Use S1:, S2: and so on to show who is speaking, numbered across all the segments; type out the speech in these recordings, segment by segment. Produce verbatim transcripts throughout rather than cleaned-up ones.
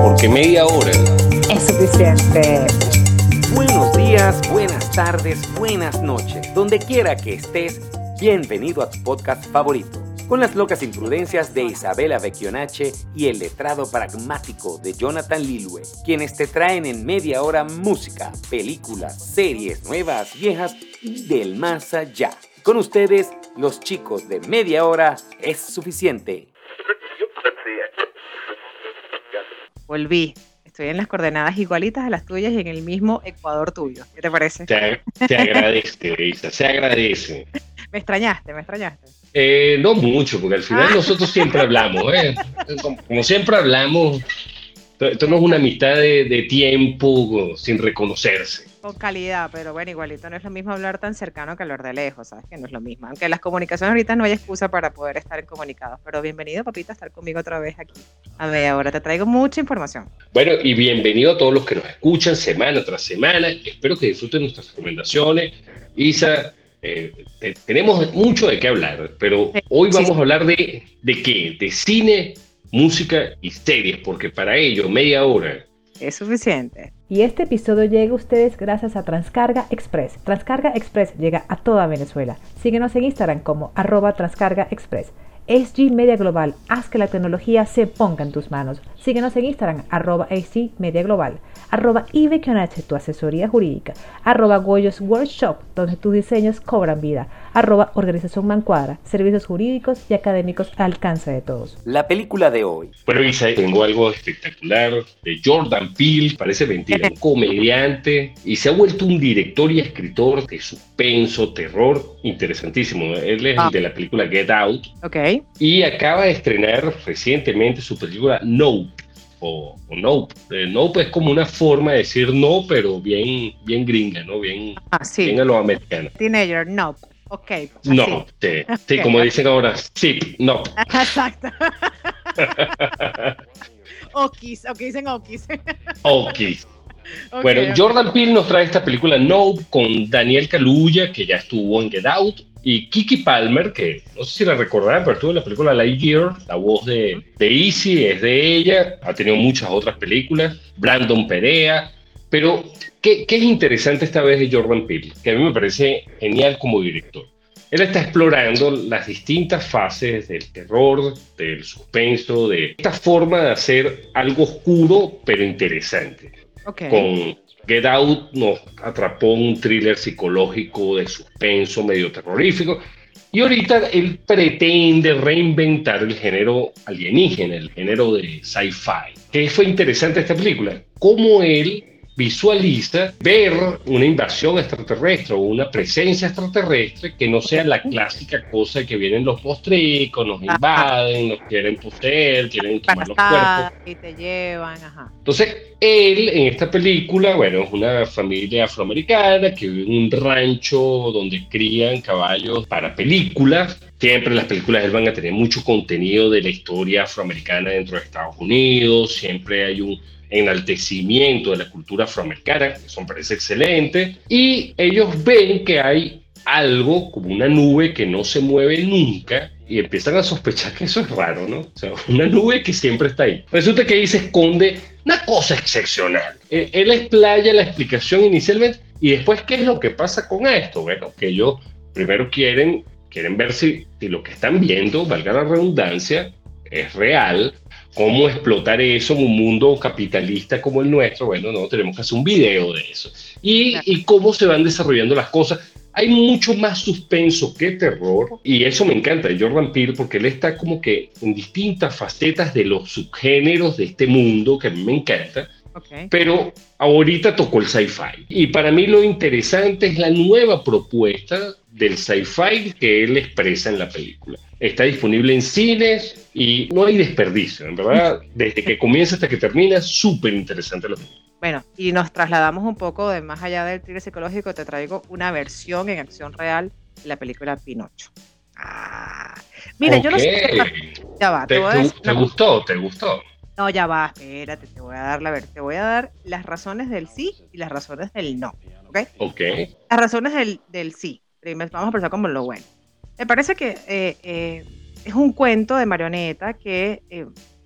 S1: porque media hora
S2: es suficiente.
S3: Buenos días, buenas tardes, buenas noches. Donde quiera que estés, bienvenido a tu podcast favorito. Con las locas imprudencias de Isabela Vecchionache y el letrado pragmático de Jonathan Lilue, quienes te traen en media hora música, películas, series nuevas, viejas y del más allá. Con ustedes, los chicos de Media Hora es Suficiente.
S2: Volví. Estoy en las coordenadas igualitas a las tuyas y en el mismo Ecuador tuyo. ¿Qué te parece?
S1: Se, se agradece, Isa, se agradece.
S2: Me extrañaste, me extrañaste.
S1: Eh, no mucho, porque al final
S2: Ah.
S1: nosotros siempre hablamos, ¿eh? Como, como siempre hablamos, esto no es una amistad de, de tiempo sin reconocerse.
S2: Con calidad, pero bueno, igualito no es lo mismo hablar tan cercano que hablar de lejos, ¿sabes? Que no es lo mismo. Aunque en las comunicaciones ahorita no hay excusa para poder estar comunicados. Pero bienvenido, papito, a estar conmigo otra vez aquí. A ver, ahora te traigo mucha información.
S1: Bueno, y bienvenido a todos los que nos escuchan semana tras semana. Espero que disfruten nuestras recomendaciones. Isa, eh, te, tenemos mucho de qué hablar, pero
S2: Sí,
S1: hoy
S2: sí,
S1: vamos
S2: sí.
S1: a hablar de, ¿de qué? De cine, música y series, porque para ello media hora
S2: Es suficiente.
S4: Y este episodio llega a ustedes gracias a Transcarga Express. Transcarga Express llega a toda Venezuela. Síguenos en Instagram como arroba Transcarga Express. S G Media Global, haz que la tecnología se ponga en tus manos. Síguenos en Instagram, arroba S G Media Global, arroba Ivekionache, tu asesoría jurídica, arroba Goyos Workshop, donde tus diseños cobran vida, arroba Organización Mancuadra, servicios jurídicos y académicos al alcance de todos.
S3: La película de hoy.
S1: Bueno, Isa, tengo algo espectacular de Jordan Peele, parece mentira, un comediante, y se ha vuelto un director y escritor de suspenso, terror, interesantísimo. Él es
S2: Ah.
S1: el de la película Get Out,
S2: Ok.
S1: y acaba de estrenar recientemente su película Nope, o, o Nope. Eh, Nope es como una forma de decir no, pero bien, bien gringa, ¿no? Bien,
S2: Ah, sí.
S1: bien a lo americano.
S2: Teenager, no. Ok. así.
S1: No, sí, sí, como dicen ahora, sí, no.
S2: Exacto. Okis, ok, dicen okis.
S1: Ok.
S2: Ok,
S1: Bueno,
S2: ok.
S1: Jordan Peele nos trae esta película Nope con Daniel Kaluuya, que ya estuvo en Get Out, y Kiki Palmer, que no sé si la recordarán, pero estuvo en la película Lightyear, la voz de, de Izzy es de ella, ha tenido muchas otras películas, Brandon Perea, pero ¿qué, qué es interesante esta vez de Jordan Peele? Que a mí me parece genial como director. Él está explorando las distintas fases del terror, del suspenso, de esta forma de hacer algo oscuro pero interesante.
S2: Ok.
S1: Con Get Out nos atrapó un thriller psicológico de suspenso medio terrorífico, y ahorita él pretende reinventar el género alienígena, el género de sci-fi. ¿Qué fue interesante esta película? Cómo él visualiza ver una invasión extraterrestre o una presencia extraterrestre que no sea la clásica cosa de que vienen los postricos, nos invaden, nos quieren poseer, quieren quemar los cuerpos.
S2: Embarazada y te llevan, ajá.
S1: Entonces, él en esta película, bueno, es una familia afroamericana que vive en un rancho donde crían caballos para películas. Siempre las películas de él van a tener mucho contenido de la historia afroamericana dentro de Estados Unidos. Siempre hay un enaltecimiento de la cultura afroamericana, que eso me parece excelente. Y ellos ven que hay algo como una nube que no se mueve nunca, y empiezan a sospechar que eso es raro, ¿no? O sea, una nube que siempre está ahí. Resulta que ahí se esconde una cosa excepcional. Él, él explaya la explicación inicialmente, y después, ¿qué es lo que pasa con esto? Bueno, que ellos primero quieren, quieren ver si, si lo que están viendo, valga la redundancia, es real. ¿Cómo explotar eso en un mundo capitalista como el nuestro? Bueno, no, tenemos que hacer un video de eso. Y, y cómo se van desarrollando las cosas. Hay mucho más suspenso que terror, y eso me encanta de Jordan Peele, porque él está como que en distintas facetas de los subgéneros de este mundo que a mí me encanta.
S2: Okay.
S1: Pero ahorita tocó el sci-fi. Y para mí lo interesante es la nueva propuesta del sci-fi que él expresa en la película. Está disponible en cines y no hay desperdicio, en verdad. Desde que comienza hasta que termina, súper interesante la película.
S2: Bueno, y nos trasladamos un poco de más allá del thriller psicológico. Te traigo una versión en acción real de la película Pinocho. Ah, mira,
S1: okay.
S2: yo no sé. Ya va,
S1: ¿Te,
S2: te, voy a decir
S1: te gustó? ¿Te gustó?
S2: No, ya va, espérate, te voy a dar la ver, te voy a dar las razones del sí y las razones del no, ¿ok?
S1: Ok.
S2: Las razones del, del sí, primero vamos a empezar como lo bueno. Me parece que eh, eh, es un cuento de marioneta que eh,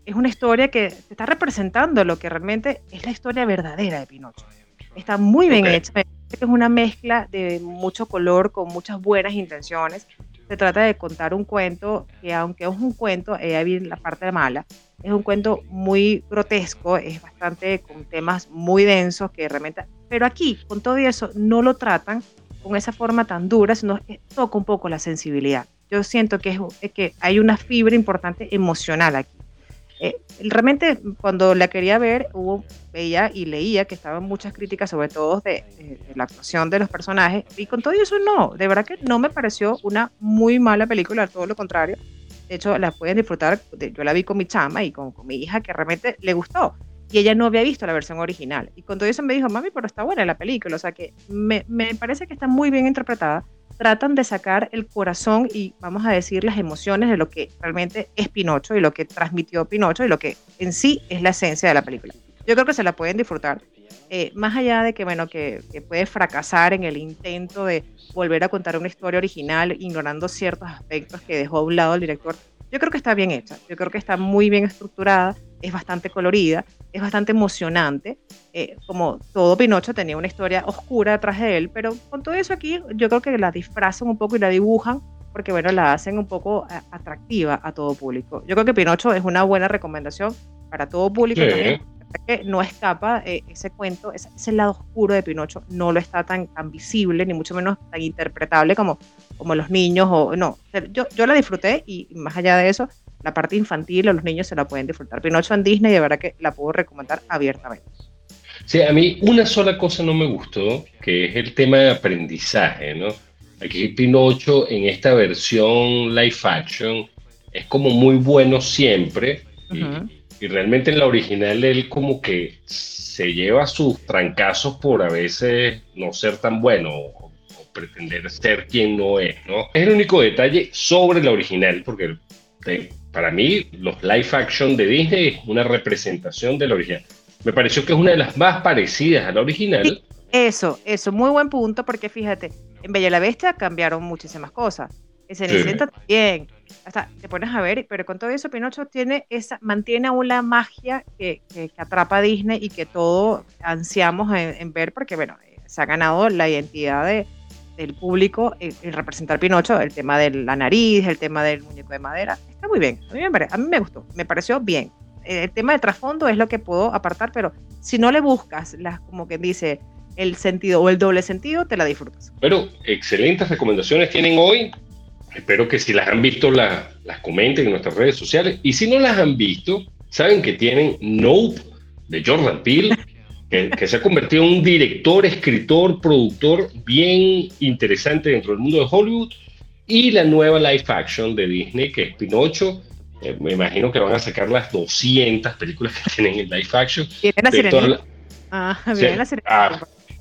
S2: es una historia que te está representando lo que realmente es la historia verdadera de Pinocho. Está muy bien
S1: Ok.
S2: hecha, es una mezcla de mucho color con muchas buenas intenciones. Se trata de contar un cuento que, aunque es un cuento, eh, ahí viene la parte mala, es un cuento muy grotesco, es bastante con temas muy densos que realmente, pero aquí, con todo eso, no lo tratan con esa forma tan dura, sino que toca un poco la sensibilidad. Yo siento que, es, es que hay una fibra importante emocional aquí. Eh, realmente cuando la quería ver, hubo, veía y leía que estaban muchas críticas, sobre todo de, de, de la actuación de los personajes, y con todo eso no, de verdad que no me pareció una muy mala película, todo lo contrario. De hecho, la pueden disfrutar, de, yo la vi con mi chama y con, con mi hija, que realmente le gustó, y ella no había visto la versión original, y con todo eso me dijo, mami, pero está buena la película, o sea que me, me parece que está muy bien interpretada. Tratan de sacar el corazón y, vamos a decir, las emociones de lo que realmente es Pinocho y lo que transmitió Pinocho y lo que en sí es la esencia de la película. Yo creo que se la pueden disfrutar, eh, más allá de que, bueno, que, que puede fracasar en el intento de volver a contar una historia original, ignorando ciertos aspectos que dejó a un lado el director. Yo creo que está bien hecha, yo creo que está muy bien estructurada, es bastante colorida, es bastante emocionante. Eh, como todo Pinocho tenía una historia oscura detrás de él, pero con todo eso aquí yo creo que la disfrazan un poco y la dibujan porque, bueno, la hacen un poco a, atractiva a todo público. Yo creo que Pinocho es una buena recomendación para todo público
S1: Sí.
S2: también, que no escapa eh, ese cuento, ese, ese lado oscuro de Pinocho no lo está tan, tan visible, ni mucho menos tan interpretable como, como los niños, o no, yo, yo la disfruté y más allá de eso, la parte infantil o los niños se la pueden disfrutar. Pinocho en Disney, de verdad que la puedo recomendar abiertamente.
S1: Sí, a mí una sola cosa no me gustó, que es el tema de aprendizaje, ¿no? Aquí Pinocho en esta versión live action es como muy bueno siempre y,
S2: Uh-huh.
S1: y realmente en la original él como que se lleva sus trancazos por a veces no ser tan bueno o, o pretender ser quien no es, ¿no? Es el único detalle sobre la original, porque de- para mí los live action de Disney es una representación de la original. Me pareció que es una de las más parecidas a la original.
S2: Eso, eso, muy buen punto, porque fíjate, en Bella y la Bestia cambiaron muchísimas cosas. En Cenicienta
S1: Sí.
S2: también. Hasta te pones a ver, pero con todo eso, Pinocho tiene esa, mantiene aún la magia que, que, que atrapa a Disney y que todos ansiamos en, en ver, porque bueno, eh, se ha ganado la identidad de, del público el, el representar Pinocho, el tema de la nariz, el tema del muñeco de madera. Está muy bien, a mí me, pare- a mí me gustó, me pareció bien. Eh, El tema de trasfondo es lo que puedo apartar, pero si no le buscas, las, como que dice, el sentido o el doble sentido, te la disfrutas.
S1: Pero excelentes recomendaciones tienen hoy. Espero que si las han visto la- las comenten en nuestras redes sociales. Y si no las han visto, saben que tienen Nope de Jordan Peele, que, que se ha convertido en un director, escritor, productor bien interesante dentro del mundo de Hollywood. Y la nueva live action de Disney, que es Pinocho. Eh, me imagino que van a sacar las doscientas películas que tienen en live action.
S2: Viene la
S1: De toda
S2: sirenita.
S1: la-
S2: Ah,
S1: Sí.
S2: viene la sirenita.
S1: Ah,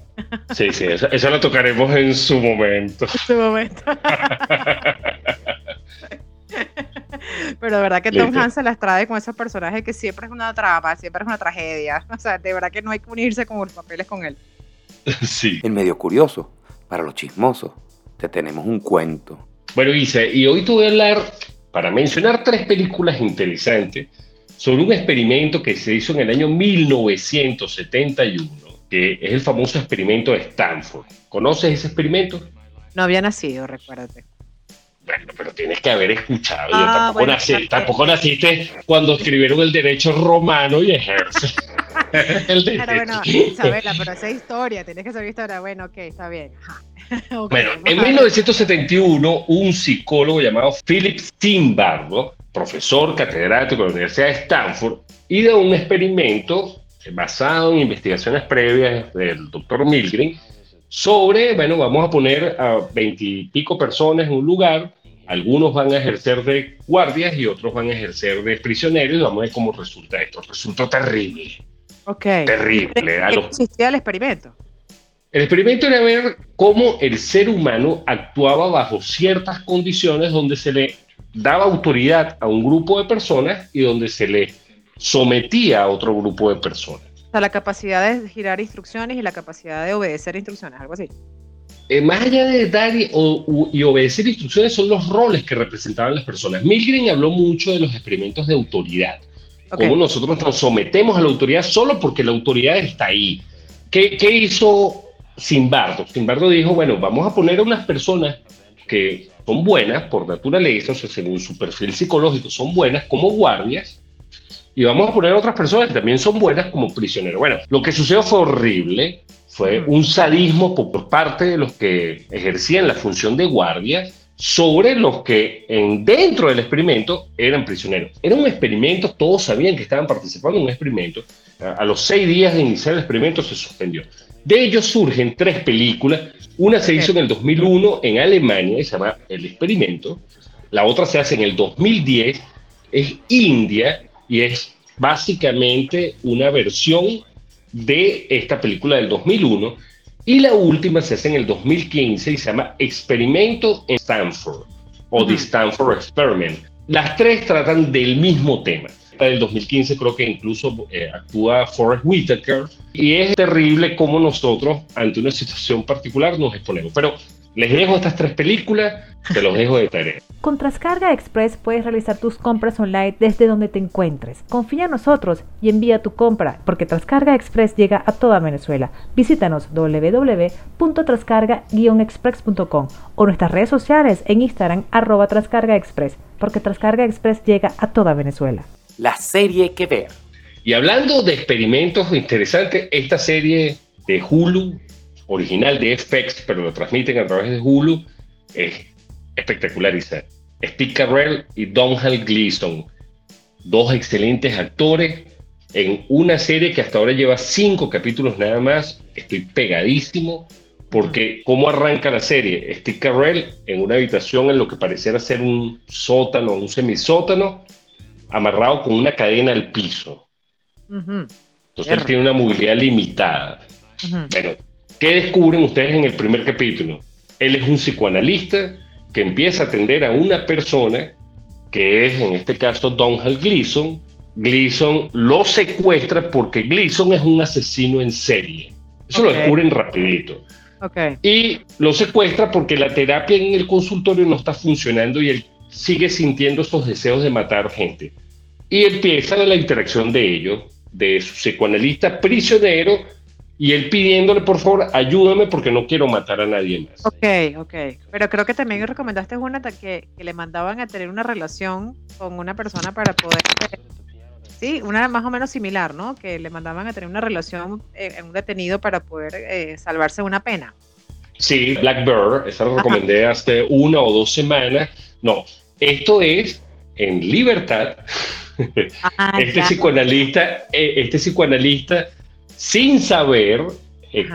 S1: sí, sí, eso, eso lo tocaremos en su momento.
S2: En su momento. Pero de verdad que Tom
S1: Listo.
S2: Hanks se las trae con esos personajes que siempre es una trama, siempre es una tragedia. O sea, de verdad que no hay que unirse con los papeles con él.
S1: Sí.
S3: En medio curioso, para los chismosos, te tenemos un cuento.
S1: Bueno, Isa, y hoy te voy a hablar, para mencionar tres películas interesantes, sobre un experimento que se hizo en el año mil novecientos setenta y uno, que es el famoso experimento de Stanford. ¿Conoces ese experimento?
S2: No había nacido, recuérdate.
S1: Bueno, pero tienes que haber escuchado. Yo
S2: Ah,
S1: tampoco,
S2: bueno,
S1: nací,
S2: está bien.
S1: tampoco naciste cuando escribieron el derecho romano y ejerce el derecho.
S2: Pero bueno, Isabela, pero esa historia, tienes que saber historia. Bueno, ok, está bien. Ajá. Ok,
S1: Bueno,
S2: vamos
S1: en
S2: a ver.
S1: mil novecientos setenta y uno, un psicólogo llamado Philip Zimbardo, profesor catedrático de la Universidad de Stanford, hizo un experimento basado en investigaciones previas del doctor Milgram sobre, bueno, vamos a poner a veintipico personas en un lugar, algunos van a ejercer de guardias y otros van a ejercer de prisioneros, y vamos a ver cómo resulta esto. Resultó terrible,
S2: Ok.
S1: terrible. A
S2: ¿Qué
S1: los
S2: consistía el experimento?
S1: El experimento era ver cómo el ser humano actuaba bajo ciertas condiciones donde se le daba autoridad a un grupo de personas y donde se le sometía a otro grupo de personas.
S2: O sea, la capacidad de girar instrucciones y la capacidad de obedecer instrucciones, algo así.
S1: Eh, más allá de dar y, o- u- y obedecer instrucciones, son los roles que representaban las personas. Milgram habló mucho de los experimentos de autoridad,
S2: Okay.
S1: Cómo nosotros nos sometemos a la autoridad solo porque la autoridad está ahí. ¿Qué, qué hizo Zimbardo? Zimbardo dijo, bueno, vamos a poner a unas personas que son buenas por naturaleza, o sea, según su perfil psicológico, son buenas como guardias, y vamos a poner a otras personas que también son buenas como prisioneros. Bueno, lo que sucedió fue horrible, fue un sadismo por parte de los que ejercían la función de guardia sobre los que en, dentro del experimento eran prisioneros. Era un experimento, todos sabían que estaban participando en un experimento. A, a los seis días de iniciar el experimento se suspendió. De ellos surgen tres películas. Una se hizo en el dos mil uno en Alemania y se llama El Experimento. La otra se hace en el dos mil diez, es India y es básicamente una versión de esta película del dos mil uno. Y la última se hace en el dos mil quince y se llama Experimento en Stanford o uh-huh. The Stanford Experiment. Las tres tratan del mismo tema. La del dos mil quince creo que incluso eh, actúa Forrest Whitaker y es terrible cómo nosotros ante una situación particular nos exponemos. Pero les dejo estas tres películas, se los dejo de tarea.
S4: Con Transcarga Express puedes realizar tus compras online desde donde te encuentres. Confía en nosotros y envía tu compra, porque Transcarga Express llega a toda Venezuela. Visítanos doble u doble u doble u punto transcarga guion express punto com o nuestras redes sociales en Instagram arroba Transcarga Express, porque Transcarga Express llega a toda Venezuela.
S3: La serie que ver.
S1: Y hablando de experimentos interesantes, esta serie de Hulu, original de F X, pero lo transmiten a través de Hulu, es espectacular. Steve Carell y Domhnall Gleeson, dos excelentes actores en una serie que hasta ahora lleva cinco capítulos nada más. Estoy pegadísimo porque cómo arranca la serie. Steve Carell en una habitación en lo que pareciera ser un sótano, un semisótano, amarrado con una cadena al piso. Uh-huh. Entonces él tiene una movilidad limitada. Uh-huh. Bueno, ¿qué descubren ustedes en el primer capítulo? Él es un psicoanalista que empieza a atender a una persona que es, en este caso, Domhnall Gleeson. Gleeson lo secuestra porque Gleeson es un asesino en serie. Eso okay. Lo descubren rapidito.
S2: Okay.
S1: Y lo secuestra porque la terapia en el consultorio no está funcionando y él sigue sintiendo esos deseos de matar gente. Y empieza la interacción de ellos, de su psicoanalista prisionero, y él pidiéndole, por favor, ayúdame porque no quiero matar a nadie más.
S2: Ok, ok. Pero creo que también recomendaste una que, que le mandaban a tener una relación con una persona para poder... Sí, una más o menos similar, ¿no? Que le mandaban a tener una relación en un detenido para poder eh, salvarse una pena.
S1: Sí, Black Bear, esa la recomendé Ajá. hace una o dos semanas. No, esto es en libertad. Ah, este ya. psicoanalista, este psicoanalista, sin saber, eh,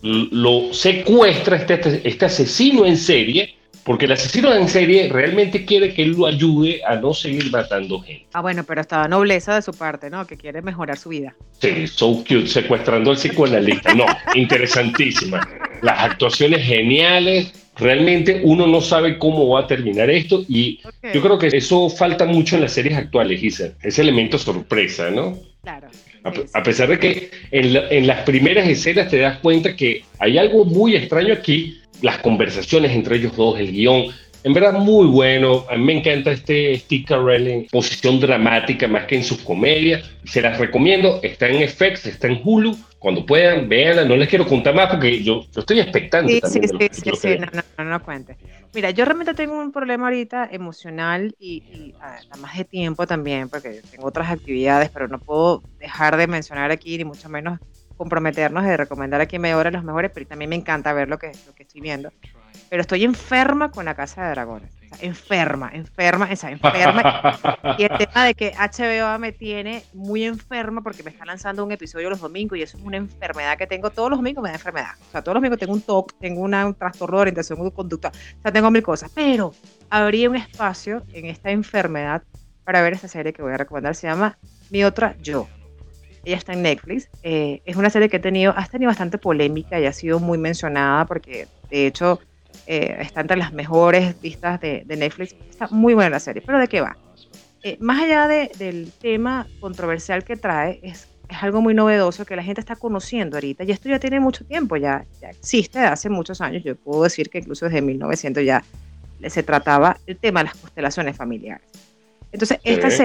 S1: lo secuestra este, este, este asesino en serie, porque el asesino en serie realmente quiere que él lo ayude a no seguir matando gente.
S2: Ah, bueno, pero estaba nobleza de su parte, ¿no? Que quiere mejorar su vida.
S1: Sí, so cute, secuestrando al psicoanalista. No, interesantísima. Las actuaciones geniales. Realmente uno no sabe cómo va a terminar esto y okay. yo creo que eso falta mucho en las series actuales, Isa. Ese elemento sorpresa, ¿no?
S2: Claro.
S1: A, a pesar de que en, la, en las primeras escenas te das cuenta que hay algo muy extraño aquí, las conversaciones entre ellos dos, el guión, en verdad muy bueno. A mí me encanta este Steve Carell en posición dramática más que en sus comedias. Se las recomiendo, está en F X, está en Hulu. Cuando puedan, véanla. No les quiero contar más porque yo, yo estoy expectante
S2: sí,
S1: también.
S2: Sí,
S1: de
S2: sí, sí, sí. No, no, no, no cuentes. Mira, yo realmente tengo un problema ahorita emocional y, y además de tiempo también, porque tengo otras actividades, pero no puedo dejar de mencionar aquí, ni mucho menos comprometernos de recomendar aquí media hora los mejores, pero también me encanta ver lo que, lo que estoy viendo. Pero estoy enferma con La Casa de Dragones. O sea, enferma, enferma, o sea, enferma. Y el tema de que H B O me tiene muy enferma porque me está lanzando un episodio los domingos y eso es una enfermedad que tengo. Todos los domingos me da enfermedad. O sea, todos los domingos tengo un T O C, tengo una, un trastorno de orientación de conducta. O sea, tengo mil cosas. Pero habría un espacio en esta enfermedad para ver esta serie que voy a recomendar. Se llama Mi Otra Yo. Ella está en Netflix. Eh, es una serie que ha tenido, ha tenido bastante polémica y ha sido muy mencionada porque, de hecho, eh, está entre las mejores vistas de, de Netflix. Está muy buena la serie. ¿Pero de qué va? Eh, más allá de, del tema controversial que trae, es, es algo muy novedoso que la gente está conociendo ahorita. Y esto ya tiene mucho tiempo, ya, ya existe hace muchos años. Yo puedo decir que incluso desde mil novecientos ya se trataba el tema de las constelaciones familiares. Entonces, esta serie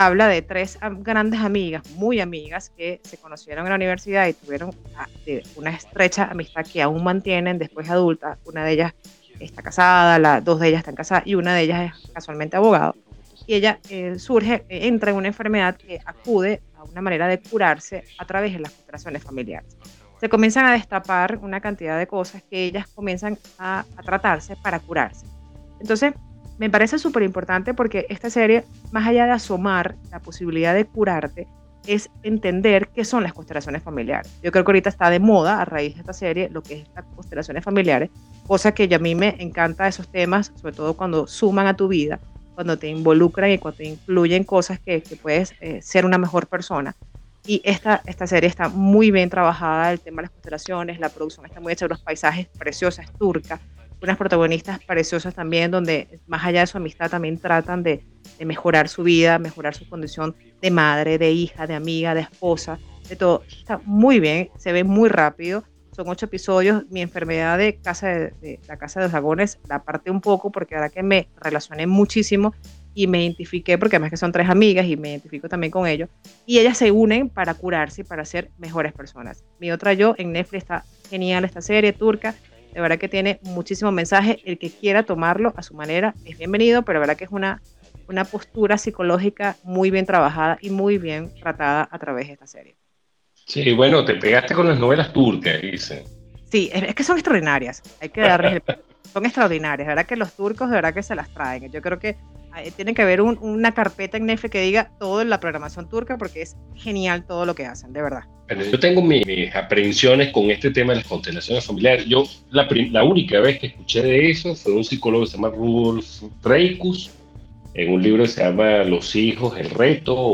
S2: habla de tres grandes amigas, muy amigas, que se conocieron en la universidad y tuvieron una estrecha amistad que aún mantienen después de adultas. Una de ellas está casada, la, dos de ellas están casadas y una de ellas es casualmente abogado. Y ella eh, surge, eh, entra en una enfermedad que acude a una manera de curarse a través de las constelaciones familiares. Se comienzan a destapar una cantidad de cosas que ellas comienzan a, a tratarse para curarse. Entonces, me parece súper importante porque esta serie, más allá de asomar la posibilidad de curarte, es entender qué son las constelaciones familiares. Yo creo que ahorita está de moda, a raíz de esta serie, lo que es las constelaciones familiares, cosa que a mí me encanta esos temas, sobre todo cuando suman a tu vida, cuando te involucran y cuando te incluyen cosas que, que puedes eh, ser una mejor persona. Y esta, esta serie está muy bien trabajada, el tema de las constelaciones, la producción está muy hecha, los paisajes preciosos, turca, unas protagonistas preciosas también, donde más allá de su amistad también tratan de, de mejorar su vida, mejorar su condición de madre, de hija, de amiga, de esposa, de todo. Está muy bien, se ve muy rápido, son ocho episodios. Mi enfermedad de, casa de, de la Casa de los Dragones la aparté un poco porque la verdad que me relacioné muchísimo y me identifiqué, porque además que son tres amigas y me identifico también con ellos, y ellas se unen para curarse y para ser mejores personas. Mi otra yo en Netflix está genial esta serie turca, de verdad que tiene muchísimo mensaje, el que quiera tomarlo a su manera es bienvenido, pero de verdad que es una, una postura psicológica muy bien trabajada y muy bien tratada a través de esta serie.
S1: Sí, bueno, te pegaste con las novelas turcas, dice.
S2: Sí, es, es que son extraordinarias, hay que darles el... son extraordinarias, de verdad que los turcos de verdad que se las traen. Yo creo que eh, tiene que haber un, una carpeta en Netflix que diga todo en la programación turca porque es genial todo lo que hacen, de verdad.
S1: Pero yo tengo mis, mis aprehensiones con este tema de las constelaciones familiares. Yo la, la única vez que escuché de eso fue un psicólogo que se llama Rudolf Dreikurs, en un libro que se llama Los hijos, el reto,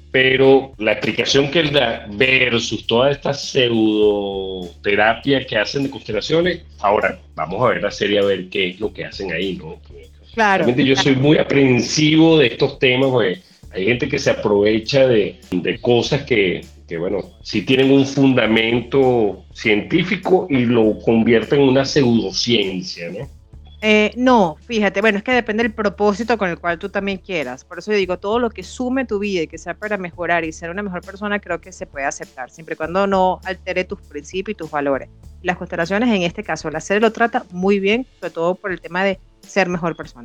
S1: pero la explicación que él da versus toda esta pseudoterapia que hacen de constelaciones, ahora vamos a ver la serie a ver qué es lo que hacen ahí, ¿no?
S2: Claro.
S1: Realmente yo soy muy aprensivo de estos temas, porque hay gente que se aprovecha de, de cosas que, que, bueno, sí tienen un fundamento científico y lo convierten en una pseudociencia, ¿no?
S2: Eh, no, fíjate, bueno, es que depende del propósito con el cual tú también quieras. Por eso yo digo, todo lo que sume tu vida y que sea para mejorar y ser una mejor persona, creo que se puede aceptar, siempre y cuando no altere tus principios y tus valores. Y las constelaciones, en este caso, la serie lo trata muy bien, sobre todo por el tema de ser mejor persona.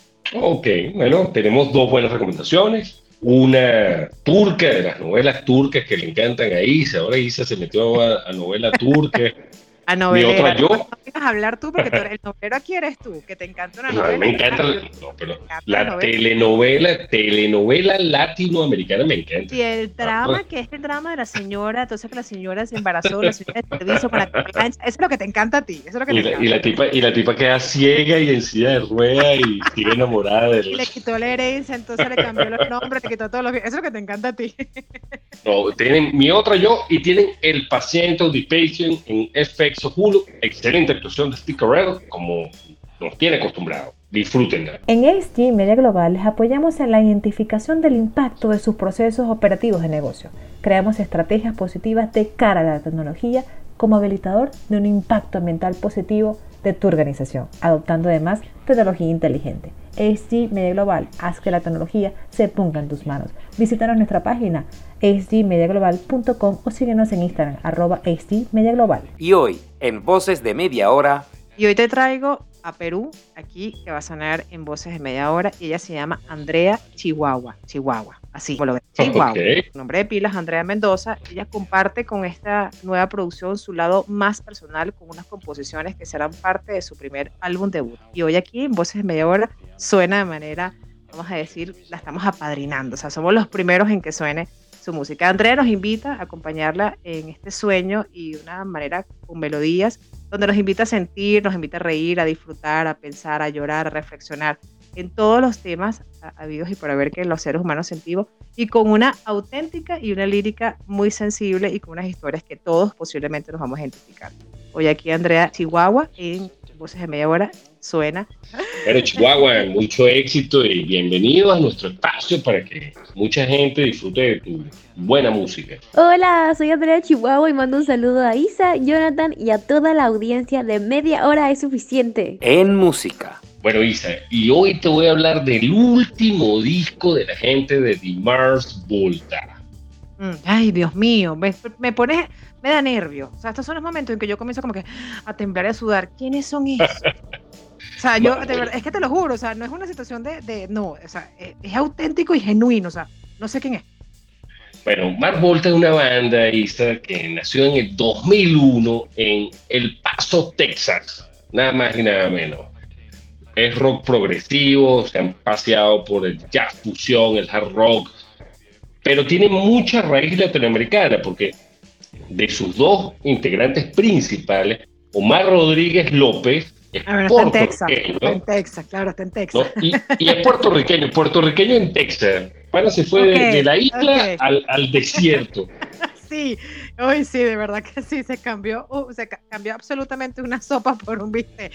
S1: Ok, bueno, tenemos dos buenas recomendaciones. Una turca, de las novelas turcas que le encantan a Isa. Ahora Isa se metió a, a novela turca.
S2: A novelera.
S1: Mi otra yo.
S2: No ibas a hablar tú porque tú eres, el novelero aquí eres tú, que te encanta una
S1: No,
S2: novela.
S1: me encanta,
S2: la,
S1: no, pero
S2: encanta
S1: la,
S2: la
S1: telenovela, telenovela latinoamericana me encanta.
S2: Y el drama, que es el drama de la señora, entonces que la señora se embarazó, la señora de servicio con la plancha, eso es lo que te encanta a ti, eso es lo que
S1: Y
S2: te
S1: la,
S2: encanta.
S1: y, la tipa, y la tipa queda ciega y en silla de rueda y sigue enamorada de
S2: Y le quitó la herencia, entonces le cambió los nombres, le quitó todos los... Eso es lo que te encanta a ti.
S1: No, tienen mi otra yo y tienen El paciente o The Patient en F X o Hulu. Excelente actuación de Steve Carell, como nos tiene acostumbrados. Disfrútenla.
S4: En S G Media Global les apoyamos en la identificación del impacto de sus procesos operativos de negocio. Creamos estrategias positivas de cara a la tecnología como habilitador de un impacto ambiental positivo de tu organización, adoptando además tecnología inteligente. S G Media Global, haz que la tecnología se ponga en tus manos. Visítanos nuestra página s g media global punto com o síguenos en Instagram, arroba S G Media Global.
S3: Y hoy, en Voces de Media Hora,
S2: Y hoy te traigo a Perú, aquí, que va a sonar en Voces de Media Hora, y ella se llama Andrea Chihuahua, Chihuahua, así como lo ves, Chihuahua.
S1: Okay.
S2: Nombre de pilas, Andrea Mendoza. Ella comparte con esta nueva producción su lado más personal con unas composiciones que serán parte de su primer álbum debut. Y hoy aquí en Voces de Media Hora suena de manera, vamos a decir, la estamos apadrinando, o sea, somos los primeros en que suene su música. Andrea nos invita a acompañarla en este sueño y de una manera con melodías, donde nos invita a sentir, nos invita a reír, a disfrutar, a pensar, a llorar, a reflexionar en todos los temas habidos y por haber que los seres humanos sentimos, y con una auténtica y una lírica muy sensible y con unas historias que todos posiblemente nos vamos a identificar. Hoy aquí Andrea Chihuahua en Voces de Media Hora suena.
S1: Bueno, Chihuahua, mucho éxito y bienvenido a nuestro espacio para que mucha gente disfrute de tu buena música.
S5: Hola, soy Andrea Chihuahua y mando un saludo a Isa, Jonathan y a toda la audiencia de Media Hora es Suficiente.
S3: en música.
S1: Bueno, Isa, y hoy te voy a hablar del último disco de la gente de The Mars Volta.
S2: Mm, Ay, Dios mío, me, me pone, me da nervio. O sea, estos son los momentos en que yo comienzo como que a temblar y a sudar. ¿Quiénes son esos? O sea, yo, de verdad, es que te lo juro, o sea, no es una situación de, de no, o sea, es, es auténtico y genuino, o sea, no sé quién es.
S1: Bueno, Mars Volta es una banda, Isa, que nació en el dos mil uno en El Paso, Texas, nada más y nada menos. Es rock progresivo, se han paseado por el jazz fusión, el hard rock, pero tiene mucha raíz latinoamericana, porque de sus dos integrantes principales, Omar Rodríguez López es
S2: A ver, está en Texas,
S1: puertorriqueño,
S2: está en Texas, claro, está en
S1: ¿no?
S2: Texas.
S1: Y, y es puertorriqueño, puertorriqueño en Texas. Pana se fue
S2: Ok,
S1: de, de la isla
S2: ok.
S1: al, al desierto.
S2: Sí, hoy sí, de verdad que sí, se cambió, uh, se ca- cambió absolutamente una sopa por un bistec.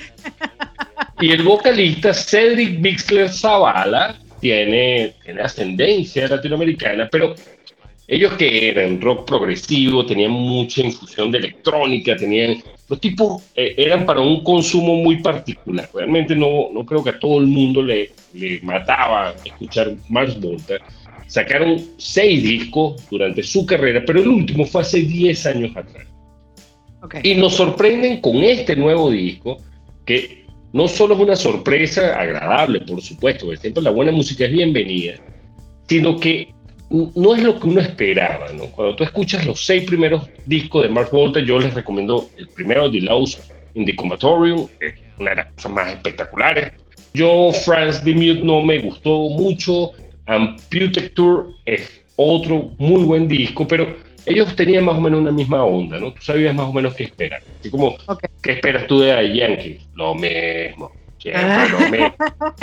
S1: Y el vocalista Cedric Bixler Zavala tiene, tiene ascendencia latinoamericana, pero ellos que eran rock progresivo, tenían mucha infusión de electrónica, tenían, los tipos eh, eran para un consumo muy particular. Realmente no, no creo que a todo el mundo le, le mataba escuchar Mars Volta. Sacaron seis discos durante su carrera, pero el último fue hace diez años atrás.
S2: Ok,
S1: Y nos sorprenden con este nuevo disco, que no solo es una sorpresa agradable, por supuesto, que siempre la buena música es bienvenida, sino que no es lo que uno esperaba, ¿no? Cuando tú escuchas los seis primeros discos de Mars Volta, yo les recomiendo el primero, The Lost in the Comatorium, es una de las cosas más espectaculares. Yo, France the Mute, no me gustó mucho. Amputed Tour es otro muy buen disco, pero ellos tenían más o menos una misma onda, ¿no? Tú sabías más o menos qué esperar. Así como,
S2: ok.
S1: ¿qué esperas tú de Daddy Yankee? Lo mismo, siempre lo mismo.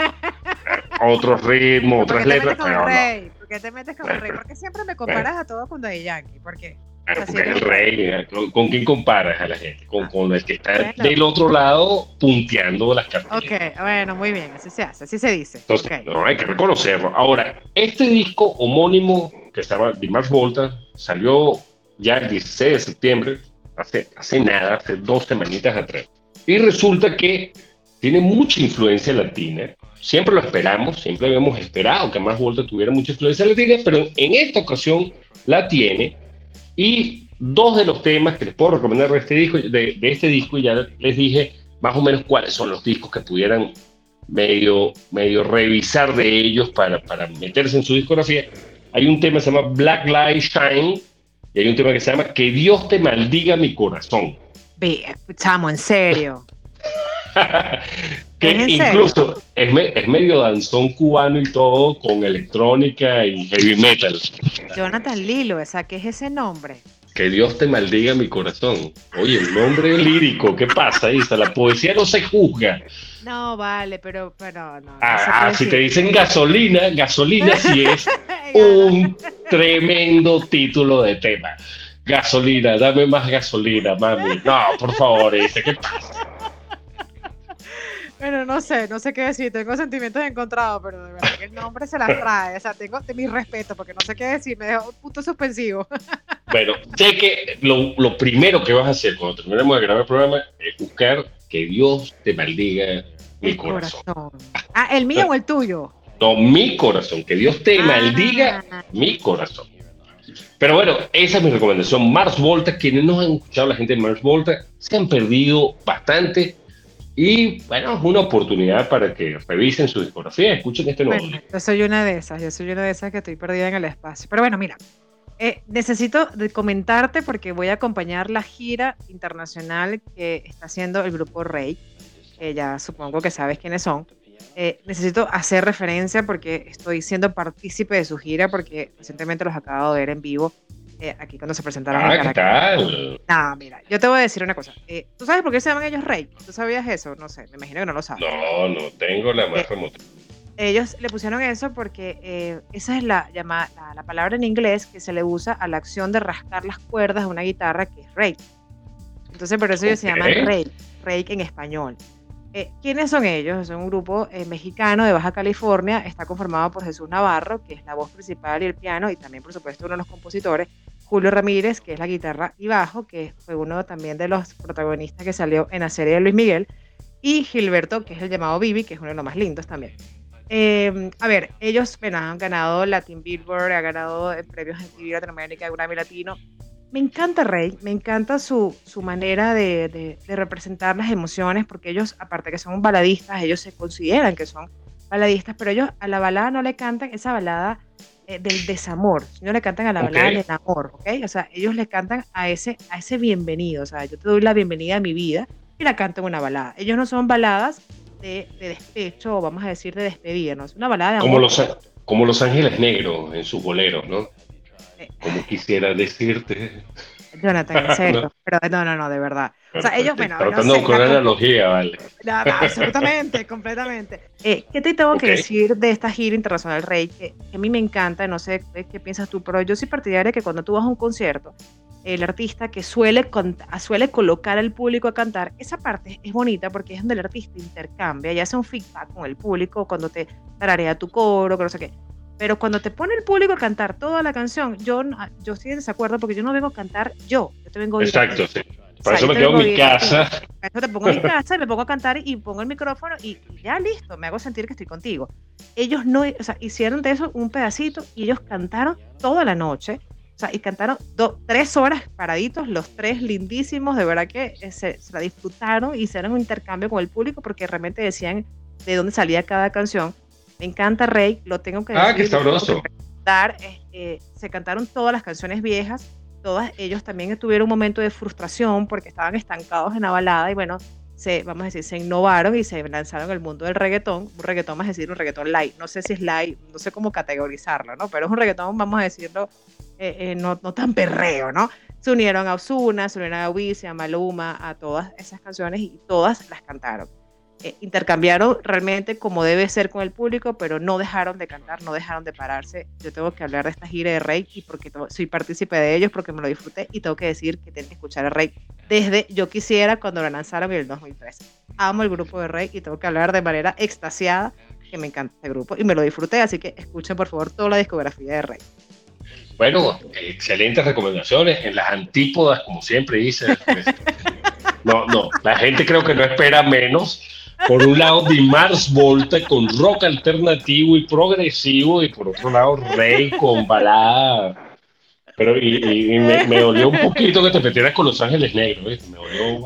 S1: Otros ritmos,
S2: ¿Por
S1: otras
S2: qué te
S1: letras,
S2: metes con el
S1: pero no.
S2: rey? ¿Por qué te metes con el rey? Porque siempre me comparas a todo con Daddy Yankee, ¿por qué?
S1: Claro,
S2: Así
S1: porque es
S2: es.
S1: el rey, ¿eh? ¿Con, con quién comparas a la gente? Con, con el que está
S2: Bueno.
S1: del otro lado punteando las carteras.
S2: Ok, bueno, muy bien, así se hace, así se dice.
S1: Entonces,
S2: Ok.
S1: no, hay que reconocerlo. Ahora, este disco homónimo que se llama The Mars Volta salió ya el dieciséis de septiembre, hace, hace nada, hace dos semanitas atrás. Y resulta que tiene mucha influencia latina. Siempre lo esperamos, siempre habíamos esperado que Mars Volta tuviera mucha influencia latina, pero en esta ocasión la tiene. Y dos de los temas que les puedo recomendar de este disco, de, de este disco, y ya les dije más o menos cuáles son los discos que pudieran medio, medio revisar de ellos para, para meterse en su discografía. Hay un tema que se llama Black Light Shine y hay un tema que se llama Que Dios te maldiga mi corazón.
S2: Ve, chamo, en serio.
S1: Que
S2: ¿Es en serio?
S1: incluso es, me, es medio danzón cubano y todo, con electrónica y heavy metal.
S2: Jonathan Lilo, o sea, ¿qué es ese nombre?
S1: Que Dios te maldiga mi corazón. Oye, un nombre lírico, ¿qué pasa, Isa? La poesía no se juzga.
S2: No, vale, pero, pero no. no se
S1: Ah,
S2: puede
S1: si te
S2: decir.
S1: dicen gasolina, gasolina sí es un tremendo título de tema. Gasolina, dame más gasolina, mami. No, por favor, Isa, ¿qué pasa?
S2: Bueno, no sé, no sé qué decir, tengo sentimientos encontrados, pero de verdad que el nombre se las trae, o sea, tengo de mi respeto, porque no sé qué decir, me dejó un punto suspensivo.
S1: Bueno, sé que lo, lo primero que vas a hacer cuando terminemos de grabar el programa es buscar Que Dios te maldiga mi
S2: El
S1: corazón.
S2: Ah, ¿el mío o el tuyo?
S1: No, mi corazón. Que Dios te
S2: Ah.
S1: maldiga mi corazón. Pero bueno, esa es mi recomendación. Mars Volta, quienes no han escuchado a la gente de Mars Volta, se han perdido bastante. Y bueno, es una oportunidad para que revisen su discografía, escuchen este nuevo
S2: Bueno,
S1: disco.
S2: yo soy una de esas, yo soy una de esas que estoy perdida en el espacio. Pero bueno, mira, eh, necesito de comentarte porque voy a acompañar la gira internacional que está haciendo el grupo Rey, que ya supongo que sabes quiénes son. Eh, necesito hacer referencia porque estoy siendo partícipe de su gira porque recientemente los acabo de ver en vivo eh, aquí cuando se presentaron
S1: Ah,
S2: en
S1: ¿qué
S2: Caracas.
S1: tal?
S2: No, mira, yo te voy a decir una cosa. Eh, ¿Tú sabes por qué se llaman ellos Rey? ¿Tú sabías eso? No sé, me imagino que no lo sabes.
S1: No, no tengo la más
S2: Eh,
S1: remota.
S2: Ellos le pusieron eso porque eh, esa es la, llama, la, la palabra en inglés que se le usa a la acción de rascar las cuerdas de una guitarra, que es rake. Entonces, por eso ellos se
S1: Ok.
S2: llaman rake, rake en español. Eh, ¿Quiénes son ellos? Son un grupo eh, mexicano de Baja California, está conformado por Jesús Navarro, que es la voz principal y el piano, y también, por supuesto, uno de los compositores, Julio Ramírez, que es la guitarra y bajo, que fue uno también de los protagonistas que salió en la serie de Luis Miguel, y Gilberto, que es el llamado Bibi, que es uno de los más lindos también. Eh, a ver, ellos bueno, han ganado Latin Billboard, han ganado eh, premios en T V Latinoamérica, Grammy Latino. Me encanta Rey, me encanta su, su manera de, de, de representar las emociones, porque ellos, aparte que son baladistas, ellos se consideran que son baladistas, pero ellos a la balada no le cantan esa balada eh, del desamor, sino le cantan a la balada
S1: Okay.
S2: del amor, ¿ok? O sea, ellos le cantan a ese, a ese bienvenido, o sea, yo te doy la bienvenida a mi vida y la canto en una balada. Ellos no son baladas de, de despecho, o vamos a decir de despedida, ¿no? Es una balada de
S1: Como
S2: amor.
S1: los, como los Ángeles Negros en sus boleros, ¿no?
S2: Eh,
S1: Como quisiera decirte.
S2: Jonathan, en serio,
S1: ¿No?
S2: pero no, no, no, de verdad. O sea, ellos, bueno, no
S1: Tratando
S2: sé,
S1: con
S2: la
S1: una
S2: compu-
S1: analogía, vale.
S2: No, no, absolutamente, completamente. Eh, ¿qué te tengo
S1: Ok.
S2: que decir de esta gira internacional Rey? Que, que a mí me encanta, no sé qué, qué piensas tú, pero yo soy partidaria de que cuando tú vas a un concierto, el artista que suele, cont- suele colocar al público a cantar, esa parte es bonita porque es donde el artista intercambia y hace un feedback con el público cuando te tararea tu coro, que no sé qué. Pero cuando te pone el público a cantar toda la canción, yo, no- yo estoy en desacuerdo porque yo no vengo a cantar yo, yo te vengo a oír a ti.
S1: Exacto, sí.
S2: O
S1: Para
S2: sea,
S1: eso
S2: yo
S1: me
S2: te
S1: quedo en
S2: vengo a
S1: mi
S2: oír a ti.
S1: casa.
S2: A eso te pongo en mi casa y me pongo a cantar y pongo el micrófono y, y ya listo, me hago sentir que estoy contigo. Ellos no, o sea, hicieron de eso un pedacito y ellos cantaron toda la noche, o sea, y cantaron do, tres horas paraditos, los tres lindísimos, de verdad que eh, se, se la disfrutaron, hicieron un intercambio con el público porque realmente decían de dónde salía cada canción. Me encanta Rey, lo tengo que decir.
S1: Ah, qué sabroso.
S2: Dar, eh, eh, se cantaron todas las canciones viejas, todas ellos también tuvieron un momento de frustración porque estaban estancados en la balada y bueno, se, vamos a decir, se innovaron y se lanzaron al mundo del reggaetón, un reggaetón, más decir, un reggaetón light, no sé si es light, no sé cómo categorizarlo, ¿no? Pero es un reggaetón, vamos a decirlo, eh, eh, no, no tan perreo, ¿no? Se unieron a Ozuna, se unieron a Wisin, a Maluma, a todas esas canciones y todas las cantaron. Eh, intercambiaron realmente como debe ser con el público, pero no dejaron de cantar, no dejaron de pararse. Yo tengo que hablar de esta gira de Rey y porque to- soy partícipe de ellos, porque me lo disfruté y tengo que decir que tienen que escuchar a Rey desde Yo Quisiera cuando lo lanzaron en el dos mil trece. Amo el grupo de Rey y tengo que hablar de manera extasiada que me encanta este grupo y me lo disfruté, así que escuchen por favor toda la discografía de Rey.
S1: Bueno, excelentes recomendaciones. En las antípodas, como siempre dice. Pues, no, no, la gente creo que no espera menos. Por un lado, Di Mars Volta con rock alternativo y progresivo, y por otro lado, Rey con balada. Pero y, y- y me, me dolió un poquito que te metieras con Los Ángeles Negros, ¿viste? Me dolió.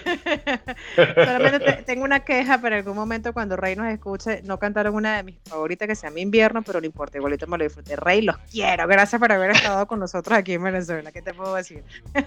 S2: Solamente te- tengo una queja, pero en algún momento cuando Rey nos escuche, no cantaron una de mis favoritas que se llama Invierno, pero no importa, igualito me lo disfruté. Rey, los quiero, gracias por haber estado con nosotros aquí en Venezuela, ¿qué te puedo decir?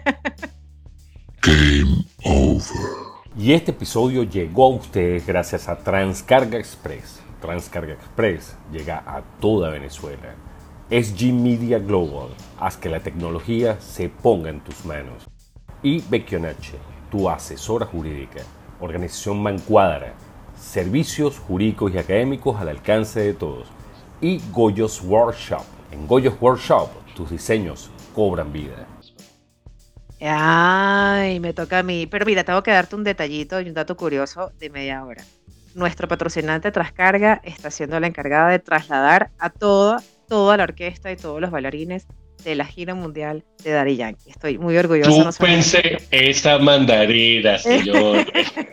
S6: Game over.
S3: Y este episodio llegó a ustedes gracias a Transcarga Express. Transcarga Express llega a toda Venezuela. S G Media Global, haz que la tecnología se ponga en tus manos. Y Vecchionache, tu asesora jurídica, organización Mancuadra, servicios jurídicos y académicos al alcance de todos. Y Goyos Workshop. En Goyos Workshop, tus diseños cobran vida.
S2: Ay, me toca a mí. Pero mira, tengo que darte un detallito y un dato curioso de media hora. Nuestro patrocinante Trascarga está siendo la encargada de trasladar a toda, toda la orquesta y todos los bailarines de la gira mundial de Daddy Yankee. Estoy muy orgullosa. No
S1: Chúpense esa mandarina, señor.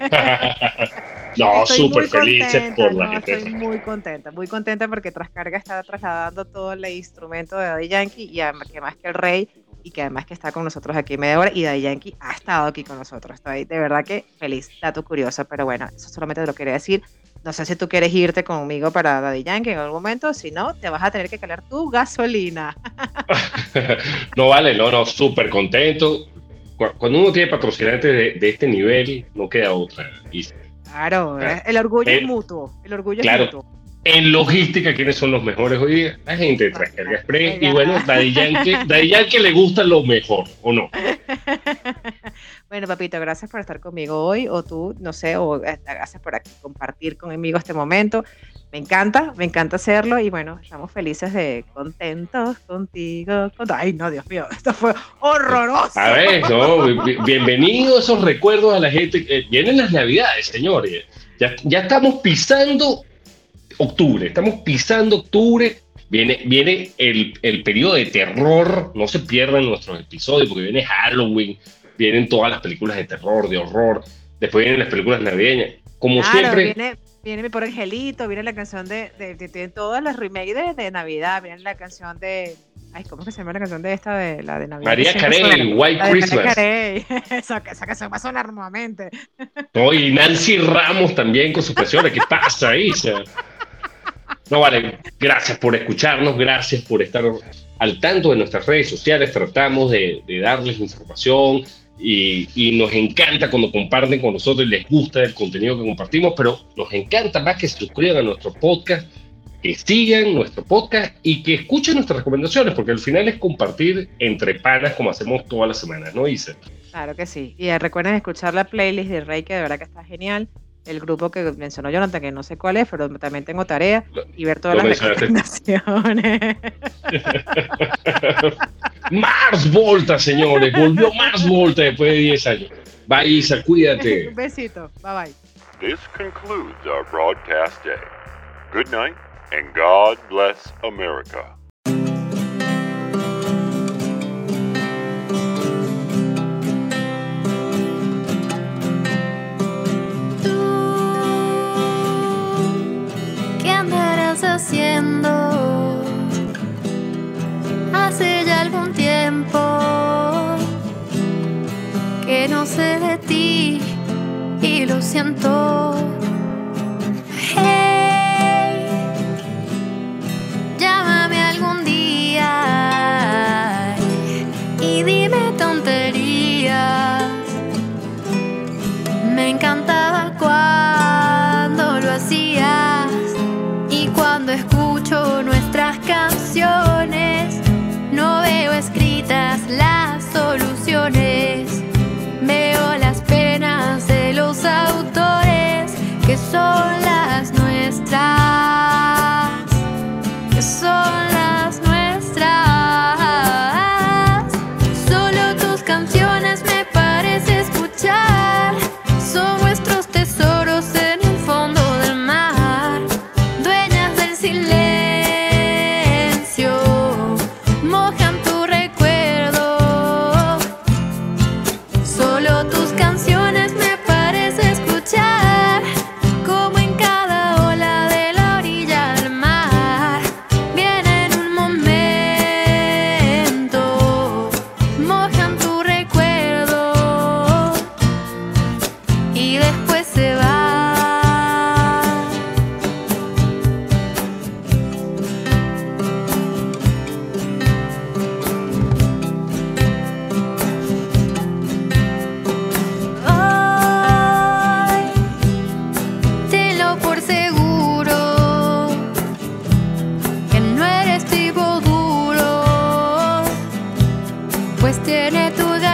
S1: No,
S2: Estoy
S1: súper
S2: muy
S1: felices
S2: contenta,
S1: por la
S2: no,
S1: gente.
S2: estoy muy contenta, muy contenta porque Trascarga está trasladando todo el instrumento de Daddy Yankee y además que más que el Rey y que además que está con nosotros aquí media hora y Daddy Yankee ha estado aquí con nosotros. Estoy de verdad que feliz, dato curioso, pero bueno, eso solamente te lo quería decir. No sé si tú quieres irte conmigo para Daddy Yankee en algún momento, si no, te vas a tener que calar tu gasolina.
S1: No vale, no, no, súper contento. Cu- Cuando uno tiene patrocinantes de, de este nivel, no queda otra. Y
S2: Claro, ¿eh? El orgullo
S1: Eh,
S2: es mutuo, el orgullo
S1: claro.
S2: es mutuo.
S1: en logística, ¿quiénes son los mejores hoy día? La gente de Transcarga Express. Y bueno, Daddy Yankee, Daddy Yankee le gusta lo mejor, ¿o no?
S2: Bueno, papito, gracias por estar conmigo hoy, o tú, no sé, o eh, gracias por aquí compartir conmigo este momento. Me encanta, me encanta hacerlo y bueno, estamos felices de contentos contigo. Con... Ay, no, Dios mío, esto fue horroroso.
S1: A ver, no, bi- bienvenidos esos recuerdos a la gente. Eh, vienen las Navidades, señores. Ya, ya estamos pisando octubre, estamos pisando octubre. Viene, viene el, el periodo de terror. No se pierdan nuestros episodios porque viene Halloween, vienen todas las películas de terror, de horror. Después vienen las películas navideñas. como
S2: Claro,
S1: siempre,
S2: viene, viene mi por Angelito, viene la canción de, de, de, de todas las remakes de, de Navidad, viene la canción de, ay, ¿cómo es que se llama la canción de esta de la de Navidad? que
S1: María
S2: siempre
S1: Carey,
S2: suena?
S1: White
S2: La de Mariah
S1: Christmas.
S2: Carey, esa, esa canción va a sonar nuevamente.
S1: ¿no? Y Nancy Ramos también con sus canciones. ¿Qué pasa ahí? O sea, no, vale, gracias por escucharnos, gracias por estar al tanto de nuestras redes sociales. Tratamos de, de darles información y, y nos encanta cuando comparten con nosotros y les gusta el contenido que compartimos, pero nos encanta más que se suscriban a nuestro podcast, que sigan nuestro podcast y que escuchen nuestras recomendaciones, porque al final es compartir entre panas como hacemos todas las semanas, ¿no, Isa?
S2: Claro que sí. Y eh, recuerden escuchar la playlist de Rey, que de verdad que está genial. El grupo que mencionó Jonathan, que no sé cuál es, pero también tengo tarea, y ver todas
S1: Lo
S2: las
S1: mencionaste.
S2: recomendaciones.
S1: Mars Volta, señores, volvió Mars Volta después de diez años. Bye, Isa, cuídate.
S2: Un besito. Bye bye.
S6: This concludes our broadcast day. Good night, and God bless America.
S7: ¿Qué andarás haciendo? Hace ya algún tiempo que no sé de ti y lo siento. Hey, llámame algún día y dime tonterías. Me encantaba cuando lo hacías, y cuando escucho nuestras canciones no veo escritas las soluciones. Veo las penas de los autores, que son las nuestras, que son las nuestras. Solo tus canciones me parece escuchar, son nuestros tesoros en el fondo del mar, dueñas del silencio, mojan tu recuerdo. Solo tus canciones me parece escuchar, como en cada ola de la orilla del mar. Viene en un momento, mojan tu recuerdo y después se va. Ay, tenlo por seguro que no eres tipo duro, pues tiene tu